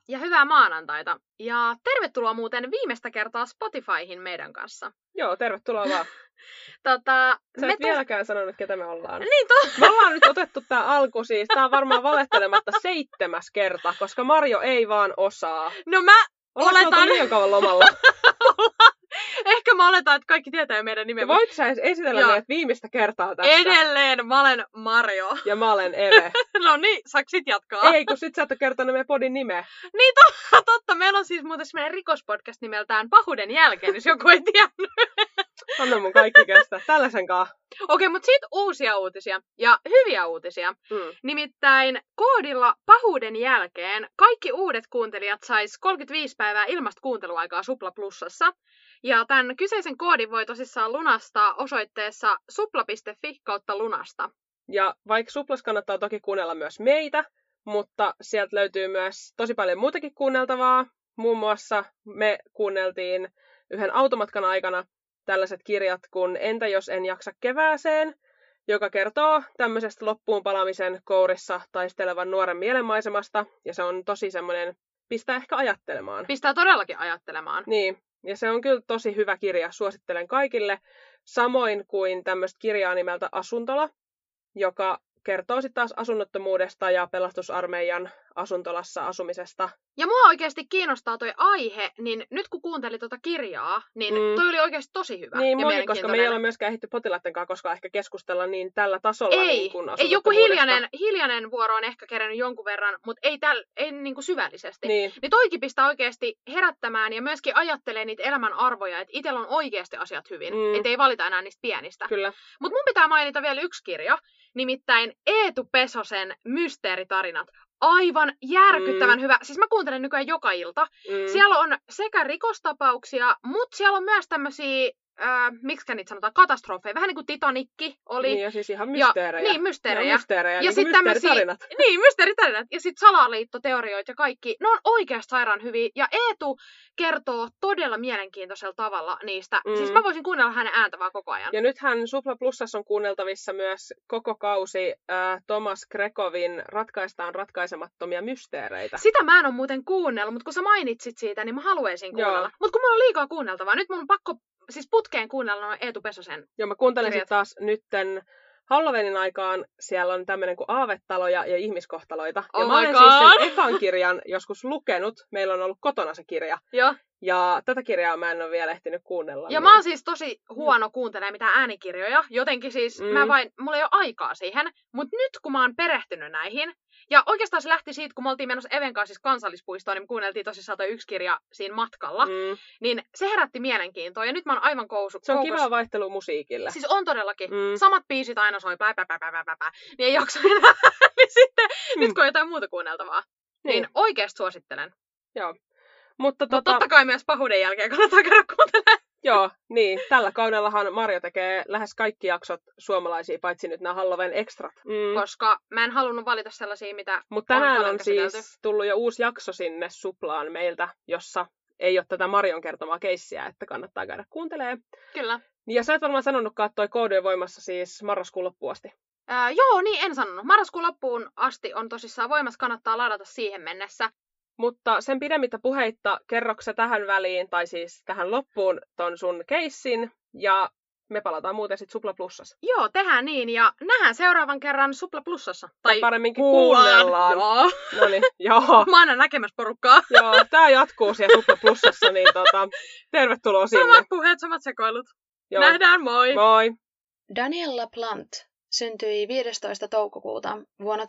ja hyvää maanantaita. Ja tervetuloa muuten viimeistä kertaa Spotifyhin meidän kanssa. Joo, tervetuloa vaan. Sä et vieläkään sanonut, ketä me ollaan. Niin Me ollaan nyt otettu tää alku siis. Tää on varmaan valettelematta 7. kerta, koska Marjo ei vaan osaa. No mä oletan liian kauan lomalla. Ehkä mä oletan, että kaikki tietää meidän nimen. Voit sä esitellä meidät viimeistä kertaa tässä? Edelleen mä olen Marjo. Ja mä olen Eve. No niin, saaks sit jatkaa? Ei, kun sit sä et ole kertonut meidän podin nimeä. Niin totta. Meillä on siis muuten semmoinen rikospodcast nimeltään Pahuuden jälkeen, jos joku ei tiennyt. Anna mun kaikki kestää. Tällaisenkaan. Okei, mutta sit uusia uutisia ja hyviä uutisia. Nimittäin koodilla Pahuuden jälkeen kaikki uudet kuuntelijat sais 35 päivää ilmasta kuunteluaikaa Supla Plusassa. Ja tämän kyseisen koodin voi tosissaan lunastaa osoitteessa supla.fi/lunasta. Ja vaikka Suplas kannattaa toki kuunnella myös meitä, mutta sieltä löytyy myös tosi paljon muutakin kuunneltavaa. Muun muassa me kuunneltiin yhden automatkan aikana tällaiset kirjat kuin Entä jos en jaksa kevääseen, joka kertoo tämmöisestä loppuun palamisen kourissa taistelevan nuoren mielenmaisemasta. Ja se on tosi semmoinen, pistää ehkä ajattelemaan. Pistää todellakin ajattelemaan. Niin, ja se on kyllä tosi hyvä kirja, suosittelen kaikille. Samoin kuin tämmöistä kirjaa nimeltä Asuntola, joka kertoo sitten taas asunnottomuudesta ja pelastusarmeijan asuntolassa asumisesta. Ja mua oikeasti kiinnostaa toi aihe, niin nyt kun kuuntelin tuota kirjaa, niin toi oli oikeasti tosi hyvä. Niin, moi, koska me ei olla myöskään ehditty potilaiden kanssa koskaan ehkä keskustella niin tällä tasolla. Ei, ei joku hiljainen vuoro on ehkä kerännyt jonkun verran, mutta ei niin kuin syvällisesti. Niin toikin pistää oikeasti herättämään ja myöskin ajattelee niitä elämän arvoja, että itsellä on oikeasti asiat hyvin, että ei valita enää niistä pienistä. Kyllä. Mutta mun pitää mainita vielä yksi kirja, nimittäin Eetu Pesosen Mysteeritarinat. Aivan järkyttävän hyvä. Siis mä kuuntelen nykyään joka ilta. Siellä on sekä rikostapauksia, mutta siellä on myös tämmösiä, miksikä niitä sanotaan, katastrofeja. Vähän niin kuin Titanikki oli. Niin, ja siis ihan mysteerejä. Niin, mysteerejä. Ja mysteerejä, ja niin mysteeritarinat. Niin, mysteeritarinat. Ja sitten salaliittoteorioita ja kaikki. Ne on oikeasti sairaan hyviä. Ja Eetu kertoo todella mielenkiintoisella tavalla niistä. Siis mä voisin kuunnella hänen ääntä vaan koko ajan. Ja nythän Supla Plusassa on kuunneltavissa myös koko kausi Thomas Grekovin Ratkaistaan ratkaisemattomia mysteereitä. Sitä mä en ole muuten kuunnellut, mutta kun sä mainitsit siitä, niin mä haluaisin kuunnella. Mutta kun mulla on liikaa kuunneltavaa, nyt mun on pakko siis putkeen kuunnella noin Eetu Pesosen. Joo, mä kuuntelin sitten taas nytten Halloweenin aikaan. Siellä on tämmöinen kuin Aavetaloja ja ihmiskohtaloita. Ja mä olen siis sen ekan kirjan joskus lukenut. Meillä on ollut kotona se kirja. Joo. Ja tätä kirjaa mä en ole vielä ehtinyt kuunnella. Ja mä oon siis tosi huono kuuntelemaan mitään äänikirjoja. Jotenkin siis mulla ei ole aikaa siihen. Mutta nyt kun mä oon perehtynyt näihin, ja oikeastaan se lähti siitä, kun me oltiin menossa Even kanssa siis kansallispuistoon, niin me kuunneltiin tosissaan toi yksi kirja siinä matkalla. Niin se herätti mielenkiintoa. Ja nyt mä oon aivan Se on kiva vaihtelu musiikille. Siis on todellakin. Samat biisit aina soi pää. Niin ei jaksa enää. Niin sitten, nyt kun on jotain muuta kuunneltavaa. Niin oikeasti suosittelen. Joo. Mutta totta kai myös Pahuuden jälkeen kannattaa käydä kuuntelemaan. Joo, niin. Tällä kaudellahan Marjo tekee lähes kaikki jaksot suomalaisia, paitsi nyt nämä Halloween extrat. Koska mä en halunnut valita sellaisia, mitä mutta tänään on siis tullut jo uusi jakso sinne Suplaan meiltä, jossa ei ole tätä Marjon kertomaa keissiä, että kannattaa käydä kuuntelemaan. Kyllä. Ja sä et varmaan sanonutkaan, että toi koodi on voimassa siis marraskuun loppuun asti. Joo, niin en sanonut. Marraskuun loppuun asti on tosissaan voimassa, kannattaa ladata siihen mennessä. Mutta sen pidemmittä puheitta, kerroksä tähän väliin, tai siis tähän loppuun ton sun keissin, ja me palataan muuten sitten Supla Plussassa. Joo, tehdään niin, ja nähdään seuraavan kerran Supla Plussassa. Tai paremminkin kuunnellaan. Joo. Noniin, joo. Mä aina näkemässä porukkaa. Joo, tää jatkuu siellä Supla Plussassa, niin tervetuloa sinne. Samat puheet, samat sekoilut. Joo. Nähdään, moi! Moi! Daniel LaPlante syntyi 15. toukokuuta vuonna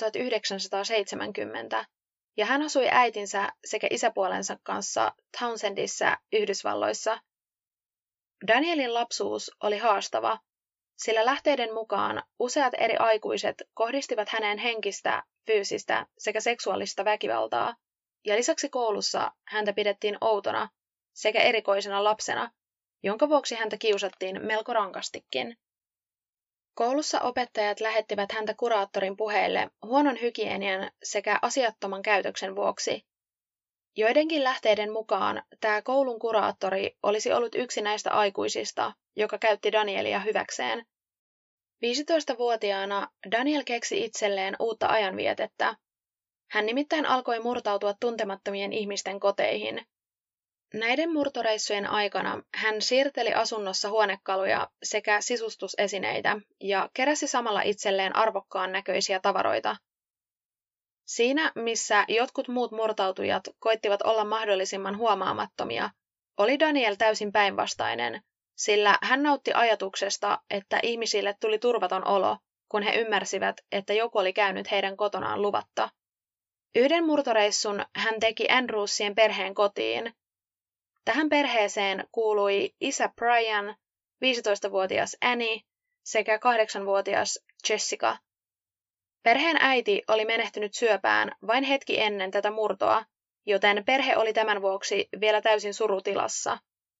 1970, ja hän asui äitinsä sekä isäpuolensa kanssa Townsendissa, Yhdysvalloissa. Danielin lapsuus oli haastava, sillä lähteiden mukaan useat eri aikuiset kohdistivat häneen henkistä, fyysistä sekä seksuaalista väkivaltaa, ja lisäksi koulussa häntä pidettiin outona sekä erikoisena lapsena, jonka vuoksi häntä kiusattiin melko rankastikin. Koulussa opettajat lähettivät häntä kuraattorin puheille huonon hygienian sekä asiattoman käytöksen vuoksi. Joidenkin lähteiden mukaan tämä koulun kuraattori olisi ollut yksi näistä aikuisista, joka käytti Danielia hyväkseen. 15-vuotiaana Daniel keksi itselleen uutta ajanvietettä. Hän nimittäin alkoi murtautua tuntemattomien ihmisten koteihin. Näiden murtoreissujen aikana hän siirteli asunnossa huonekaluja sekä sisustusesineitä ja keräsi samalla itselleen arvokkaan näköisiä tavaroita. Siinä, missä jotkut muut murtautujat koittivat olla mahdollisimman huomaamattomia, oli Daniel täysin päinvastainen, sillä hän nautti ajatuksesta, että ihmisille tuli turvaton olo, kun he ymmärsivät, että joku oli käynyt heidän kotonaan luvatta. Yhden murtoreissun hän teki Andrewsien perheen kotiin. Tähän perheeseen kuului isä Brian, 15-vuotias Annie sekä 8-vuotias Jessica. Perheen äiti oli menehtynyt syöpään vain hetki ennen tätä murtoa, joten perhe oli tämän vuoksi vielä täysin surutilassa.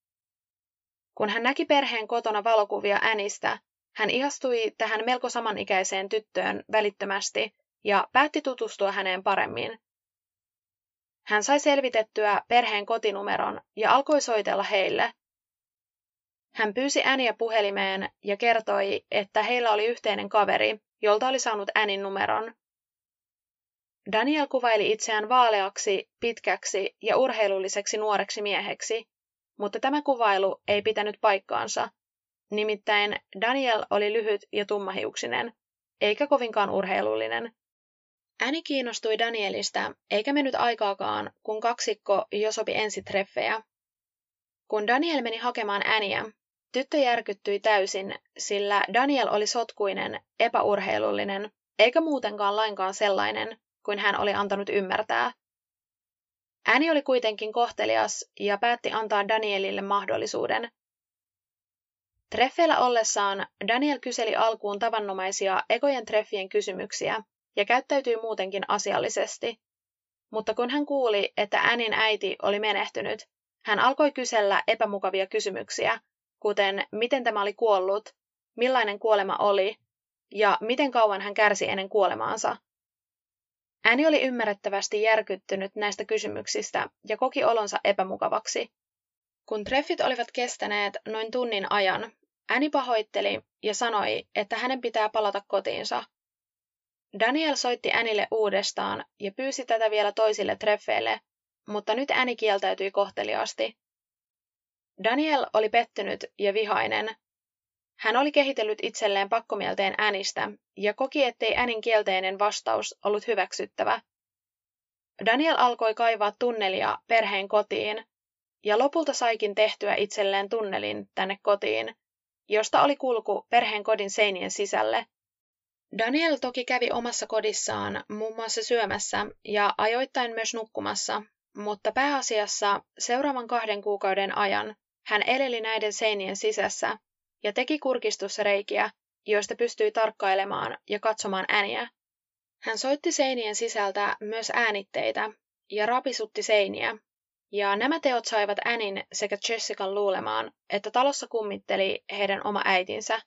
Kun hän näki perheen kotona valokuvia Anniestä, hän ihastui tähän melko samanikäiseen tyttöön välittömästi ja päätti tutustua häneen paremmin. Hän sai selvitettyä perheen kotinumeron ja alkoi soitella heille. Hän pyysi Anniea puhelimeen ja kertoi, että heillä oli yhteinen kaveri, jolta oli saanut Annin numeron. Daniel kuvaili itseään vaaleaksi, pitkäksi ja urheilulliseksi nuoreksi mieheksi, mutta tämä kuvailu ei pitänyt paikkaansa. Nimittäin Daniel oli lyhyt ja tummahiuksinen, eikä kovinkaan urheilullinen. Annie kiinnostui Danielista, eikä mennyt aikaakaan, kun kaksikko jo sopi ensitreffejä. Kun Daniel meni hakemaan Anniea, tyttö järkyttyi täysin, sillä Daniel oli sotkuinen, epäurheilullinen, eikä muutenkaan lainkaan sellainen, kuin hän oli antanut ymmärtää. Annie oli kuitenkin kohtelias ja päätti antaa Danielille mahdollisuuden. Treffeillä ollessaan Daniel kyseli alkuun tavanomaisia ekojen treffien kysymyksiä ja käyttäytyi muutenkin asiallisesti. Mutta kun hän kuuli, että Annien äiti oli menehtynyt, hän alkoi kysellä epämukavia kysymyksiä, kuten miten tämä oli kuollut, millainen kuolema oli ja miten kauan hän kärsi ennen kuolemaansa. Annie oli ymmärrettävästi järkyttynyt näistä kysymyksistä ja koki olonsa epämukavaksi. Kun treffit olivat kestäneet noin tunnin ajan, Annie pahoitteli ja sanoi, että hänen pitää palata kotiinsa. Daniel soitti Annielle uudestaan ja pyysi tätä vielä toisille treffeille, mutta nyt Annie kieltäytyi kohteliaasti. Daniel oli pettynyt ja vihainen. Hän oli kehitellyt itselleen pakkomielteen Anniestä ja koki, ettei Annien kielteinen vastaus ollut hyväksyttävä. Daniel alkoi kaivaa tunnelia perheen kotiin ja lopulta saikin tehtyä itselleen tunnelin tänne kotiin, josta oli kulku perheen kodin seinien sisälle. Daniel toki kävi omassa kodissaan muun muassa syömässä ja ajoittain myös nukkumassa, mutta pääasiassa seuraavan 2 kuukauden ajan hän eleli näiden seinien sisässä ja teki kurkistusreikiä, joista pystyi tarkkailemaan ja katsomaan Anniea. Hän soitti seinien sisältä myös äänitteitä ja rapisutti seiniä, ja nämä teot saivat Annien sekä Jessican luulemaan, että talossa kummitteli heidän oma äitinsä.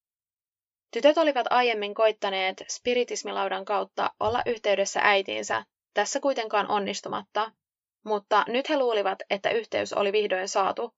Tytöt olivat aiemmin koittaneet spiritismilaudan kautta olla yhteydessä äitiinsä, tässä kuitenkaan onnistumatta, mutta nyt he luulivat, että yhteys oli vihdoin saatu.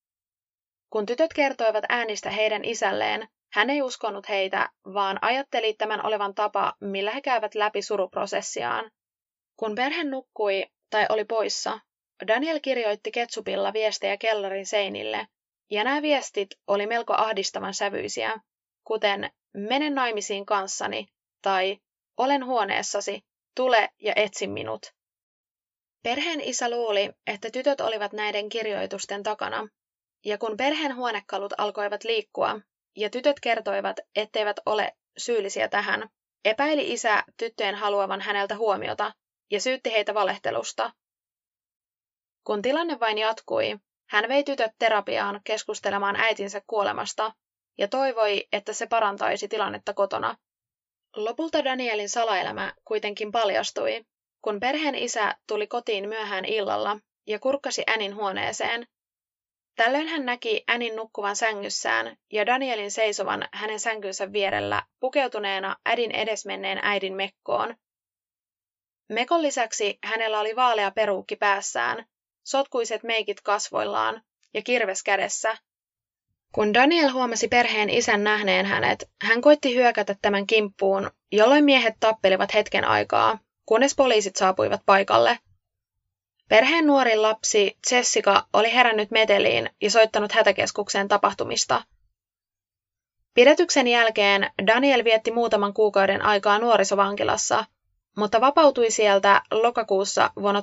Kun tytöt kertoivat äänistä heidän isälleen, hän ei uskonut heitä, vaan ajatteli tämän olevan tapa, millä he käyvät läpi suruprosessiaan. Kun perhe nukkui tai oli poissa, Daniel kirjoitti ketsupilla viestejä kellarin seinille, ja nämä viestit oli melko ahdistavan sävyisiä, kuten mene naimisiin kanssani tai olen huoneessasi, tule ja etsi minut. Perheen isä luuli, että tytöt olivat näiden kirjoitusten takana, ja kun perheen huonekalut alkoivat liikkua ja tytöt kertoivat, etteivät ole syyllisiä tähän, epäili isä tyttöjen haluavan häneltä huomiota ja syytti heitä valehtelusta. Kun tilanne vain jatkui, hän vei tytöt terapiaan keskustelemaan äitinsä kuolemasta ja toivoi, että se parantaisi tilannetta kotona. Lopulta Danielin salaelämä kuitenkin paljastui, kun perheen isä tuli kotiin myöhään illalla ja kurkkasi Annien huoneeseen. Tällöin hän näki Annien nukkuvan sängyssään ja Danielin seisovan hänen sänkynsä vierellä pukeutuneena äidin edesmenneen äidin mekkoon. Mekon lisäksi hänellä oli vaalea peruukki päässään, sotkuiset meikit kasvoillaan ja kirves kädessä. Kun Daniel huomasi perheen isän nähneen hänet, hän koitti hyökätä tämän kimppuun, jolloin miehet tappelivat hetken aikaa, kunnes poliisit saapuivat paikalle. Perheen nuorin lapsi Jessica oli herännyt meteliin ja soittanut hätäkeskukseen tapahtumista. Pidätyksen jälkeen Daniel vietti muutaman kuukauden aikaa nuorisovankilassa, mutta vapautui sieltä lokakuussa vuonna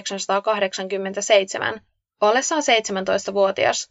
1987, ollessaan 17-vuotias.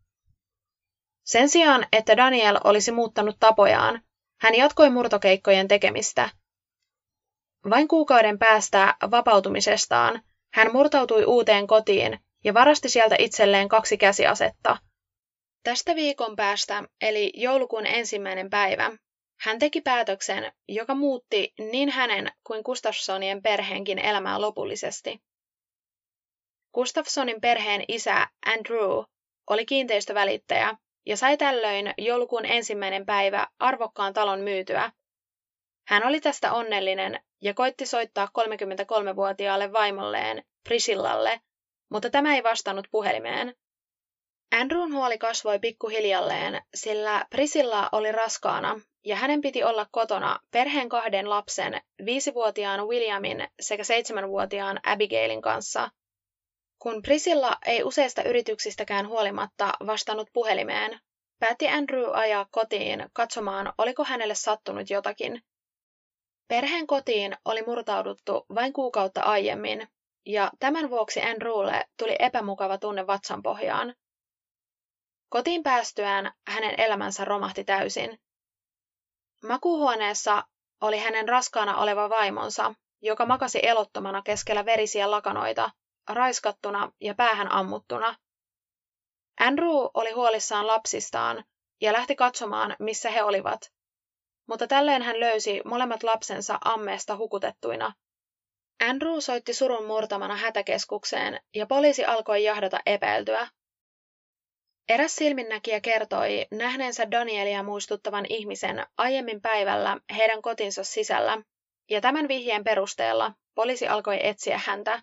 Sen sijaan, että Daniel olisi muuttanut tapojaan, hän jatkoi murtokeikkojen tekemistä. Vain kuukauden päästä vapautumisestaan hän murtautui uuteen kotiin ja varasti sieltä itselleen 2 käsiasetta. Tästä viikon päästä, eli joulukuun 1. päivä, hän teki päätöksen, joka muutti niin hänen kuin Gustafssonien perheenkin elämää lopullisesti. Gustafssonin perheen isä Andrew oli kiinteistövälittäjä ja sai tällöin joulukuun 1. päivä arvokkaan talon myytyä. Hän oli tästä onnellinen ja koitti soittaa 33-vuotiaalle vaimolleen Priscillalle, mutta tämä ei vastannut puhelimeen. Andrewn huoli kasvoi pikkuhiljalleen, sillä Priscilla oli raskaana ja hänen piti olla kotona perheen 2 lapsen, 5-vuotiaan Williamin sekä 7-vuotiaan Abigailin kanssa. Kun Priscilla ei useista yrityksistäkään huolimatta vastannut puhelimeen, päätti Andrew ajaa kotiin katsomaan, oliko hänelle sattunut jotakin. Perheen kotiin oli murtauduttu vain kuukautta aiemmin, ja tämän vuoksi Andrewlle tuli epämukava tunne vatsanpohjaan. Kotiin päästyään hänen elämänsä romahti täysin. Makuuhuoneessa oli hänen raskaana oleva vaimonsa, joka makasi elottomana keskellä verisiä lakanoita, raiskattuna ja päähän ammuttuna. Andrew oli huolissaan lapsistaan ja lähti katsomaan, missä he olivat, mutta tällöin hän löysi molemmat lapsensa ammeesta hukutettuina. Andrew soitti surun murtamana hätäkeskukseen ja poliisi alkoi jahdata epäiltyä. Eräs silminnäkijä kertoi nähneensä Danielia muistuttavan ihmisen aiemmin päivällä heidän kotinsa sisällä, ja tämän vihjeen perusteella poliisi alkoi etsiä häntä.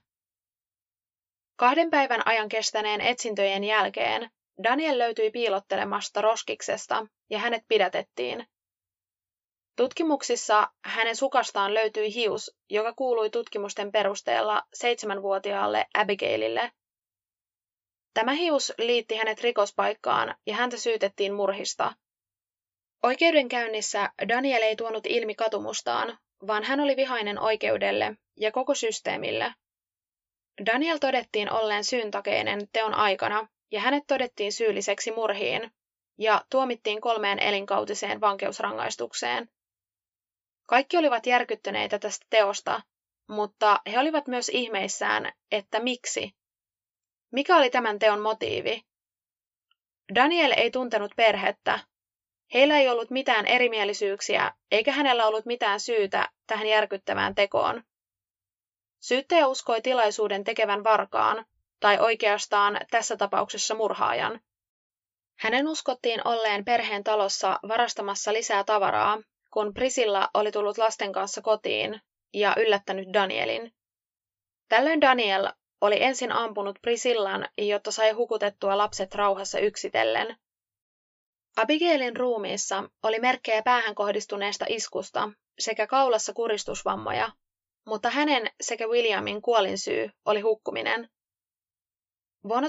2 päivän ajan kestäneen etsintöjen jälkeen Daniel löytyi piilottelemasta roskiksesta ja hänet pidätettiin. Tutkimuksissa hänen sukastaan löytyi hius, joka kuului tutkimusten perusteella 7-vuotiaalle Abigailille. Tämä hius liitti hänet rikospaikkaan ja häntä syytettiin murhista. Oikeudenkäynnissä Daniel ei tuonut ilmi katumustaan, vaan hän oli vihainen oikeudelle ja koko systeemille. Daniel todettiin olleen syyntakeinen teon aikana ja hänet todettiin syylliseksi murhiin ja tuomittiin 3 elinkautiseen vankeusrangaistukseen. Kaikki olivat järkyttyneitä tästä teosta, mutta he olivat myös ihmeissään, että miksi? Mikä oli tämän teon motiivi? Daniel ei tuntenut perhettä. Heillä ei ollut mitään erimielisyyksiä, eikä hänellä ollut mitään syytä tähän järkyttävään tekoon. Syyttäjä uskoi tilaisuuden tekevän varkaan, tai oikeastaan tässä tapauksessa murhaajan. Hänen uskottiin olleen perheen talossa varastamassa lisää tavaraa, kun Priscilla oli tullut lasten kanssa kotiin ja yllättänyt Danielin. Tällöin Daniel oli ensin ampunut Priscillan, jotta sai hukutettua lapset rauhassa yksitellen. Abigailin ruumiissa oli merkkejä päähän kohdistuneesta iskusta sekä kaulassa kuristusvammoja, mutta hänen sekä Williamin kuolinsyy oli hukkuminen. Vuonna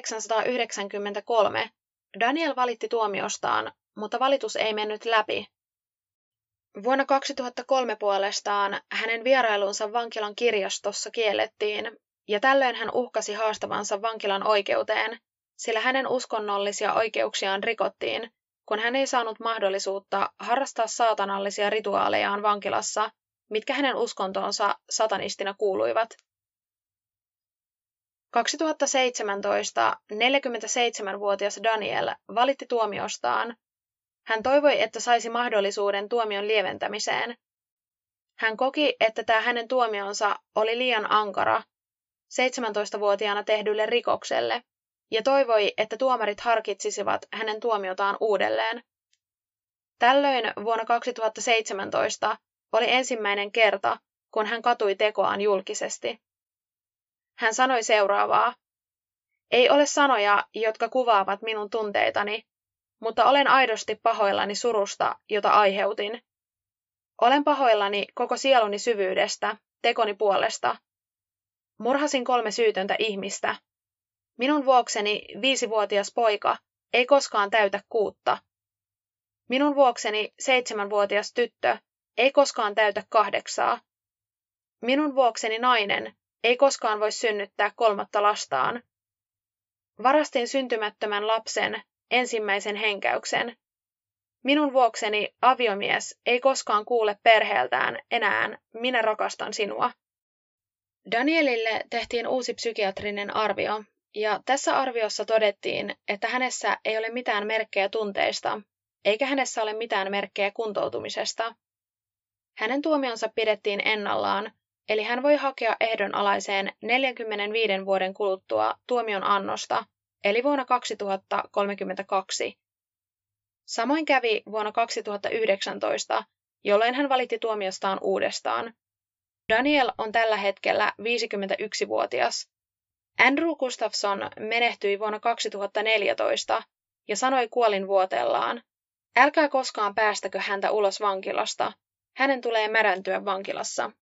1993 Daniel valitti tuomiostaan, mutta valitus ei mennyt läpi. Vuonna 2003 puolestaan hänen vierailunsa vankilan kirjastossa kiellettiin, ja tällöin hän uhkasi haastavansa vankilan oikeuteen, sillä hänen uskonnollisia oikeuksiaan rikottiin, kun hän ei saanut mahdollisuutta harrastaa saatanallisia rituaalejaan vankilassa, mitkä hänen uskontoonsa satanistina kuuluivat. 2017 47-vuotias Daniel valitti tuomiostaan. Hän toivoi, että saisi mahdollisuuden tuomion lieventämiseen. Hän koki, että tämä hänen tuomionsa oli liian ankara 17-vuotiaana tehdylle rikokselle ja toivoi, että tuomarit harkitsisivat hänen tuomiotaan uudelleen. Tällöin vuonna 2017 oli ensimmäinen kerta, kun hän katui tekoaan julkisesti. Hän sanoi seuraavaa: "Ei ole sanoja, jotka kuvaavat minun tunteitani, mutta olen aidosti pahoillani surusta, jota aiheutin. Olen pahoillani koko sieluni syvyydestä tekoni puolesta. Murhasin 3 syytöntä ihmistä. Minun vuokseni 5-vuotias poika ei koskaan täytä 6. Minun vuokseni 7-vuotias tyttö ei koskaan täytä 8. Minun vuokseni nainen ei koskaan voi synnyttää 3. lastaan. Varastin syntymättömän lapsen ensimmäisen henkäyksen. Minun vuokseni aviomies ei koskaan kuule perheeltään enää, minä rakastan sinua. Danielille tehtiin uusi psykiatrinen arvio, ja tässä arviossa todettiin, että hänessä ei ole mitään merkkejä tunteista, eikä hänessä ole mitään merkkejä kuntoutumisesta. Hänen tuomionsa pidettiin ennallaan, eli hän voi hakea ehdonalaiseen 45 vuoden kuluttua tuomion annosta, eli vuonna 2032. Samoin kävi vuonna 2019, jolloin hän valitti tuomiostaan uudestaan. Daniel on tällä hetkellä 51-vuotias. Andrew Gustafson menehtyi vuonna 2014 ja sanoi kuolinvuoteellaan: "Älkää koskaan päästäkö häntä ulos vankilasta. Hänen tulee märäntyä vankilassa."